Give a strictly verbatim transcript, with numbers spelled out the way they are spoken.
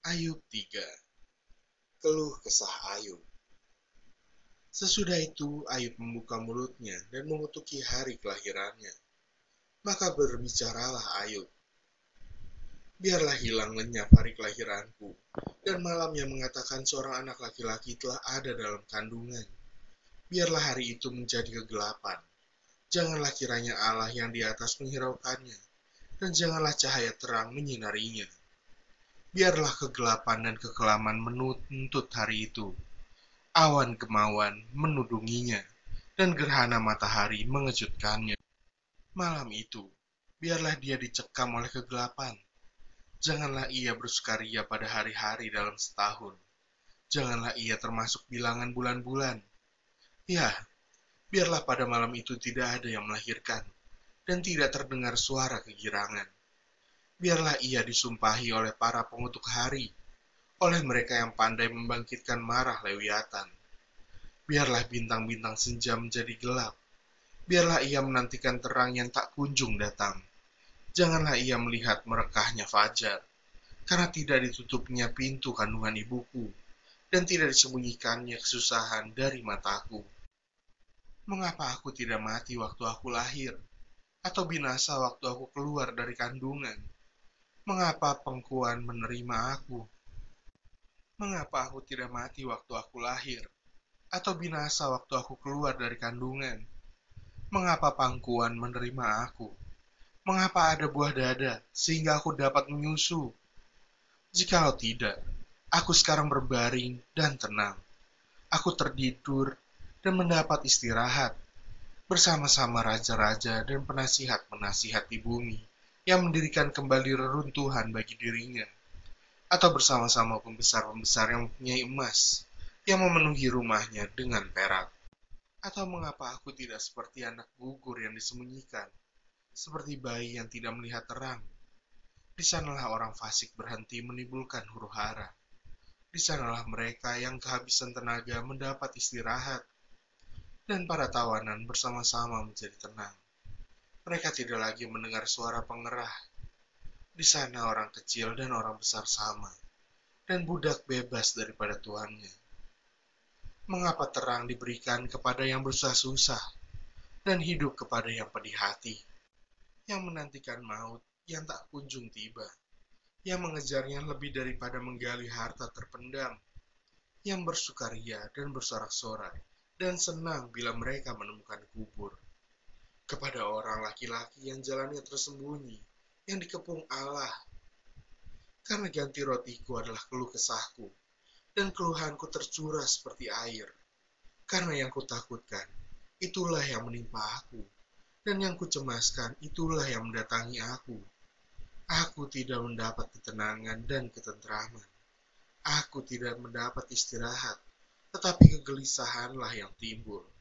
Ayub tiga. Keluh kesah Ayub. Sesudah itu Ayub membuka mulutnya dan mengutuki hari kelahirannya. Maka berbicaralah Ayub, biarlah hilang lenyap hari kelahiranku, dan malam yang mengatakan seorang anak laki-laki telah ada dalam kandungan. Biarlah hari itu menjadi kegelapan. Janganlah kiranya Allah yang di atas menghiraukannya, dan janganlah cahaya terang menyinarinya. Biarlah kegelapan dan kekelaman menuntut hari itu. Awan kemauan menudunginya, dan gerhana matahari mengejutkannya. Malam itu, biarlah dia dicekam oleh kegelapan. Janganlah ia bersukaria pada hari-hari dalam setahun. Janganlah ia termasuk bilangan bulan-bulan. Ya, biarlah pada malam itu tidak ada yang melahirkan, dan tidak terdengar suara kegirangan. Biarlah ia disumpahi oleh para pengutuk hari, oleh mereka yang pandai membangkitkan marah Lewiatan. Biarlah bintang-bintang senja menjadi gelap. Biarlah ia menantikan terang yang tak kunjung datang. Janganlah ia melihat merekahnya fajar, karena tidak ditutupnya pintu kandungan ibuku, dan tidak disembunyikannya kesusahan dari mataku. Mengapa aku tidak mati waktu aku lahir, atau binasa waktu aku keluar dari kandungan? Mengapa pengkuan menerima aku? Mengapa aku tidak mati waktu aku lahir, atau binasa waktu aku keluar dari kandungan? Mengapa pangkuan menerima aku? Mengapa ada buah dada sehingga aku dapat menyusu? Jikalau tidak, aku sekarang berbaring dan tenang. Aku tertidur dan mendapat istirahat bersama-sama raja-raja dan penasihat-penasihat di bumi yang mendirikan kembali reruntuhan bagi dirinya, atau bersama-sama pembesar-pembesar yang mempunyai emas yang memenuhi rumahnya dengan perak. Atau mengapa aku tidak seperti anak gugur yang disembunyikan, seperti bayi yang tidak melihat terang? Di sanalah orang fasik berhenti menimbulkan huru-hara. Di sanalah mereka yang kehabisan tenaga mendapat istirahat, dan para tawanan bersama-sama menjadi tenang. Mereka tidak lagi mendengar suara pengerah. Di sana orang kecil dan orang besar sama, dan budak bebas daripada tuannya. Mengapa terang diberikan kepada yang bersusah-susah, dan hidup kepada yang pedih hati, yang menantikan maut yang tak kunjung tiba, yang mengejarnya lebih daripada menggali harta terpendam, yang bersukaria dan bersorak-sorai, dan senang bila mereka menemukan kubur. Kepada orang laki-laki yang jalannya tersembunyi, yang dikepung Allah. Karena ganti rotiku adalah keluh kesahku, dan keluhanku tercurah seperti air. Karena yang kutakutkan, itulah yang menimpa aku, dan yang kucemaskan, itulah yang mendatangi aku. Aku tidak mendapat ketenangan dan ketentraman. Aku tidak mendapat istirahat, tetapi kegelisahanlah yang timbul.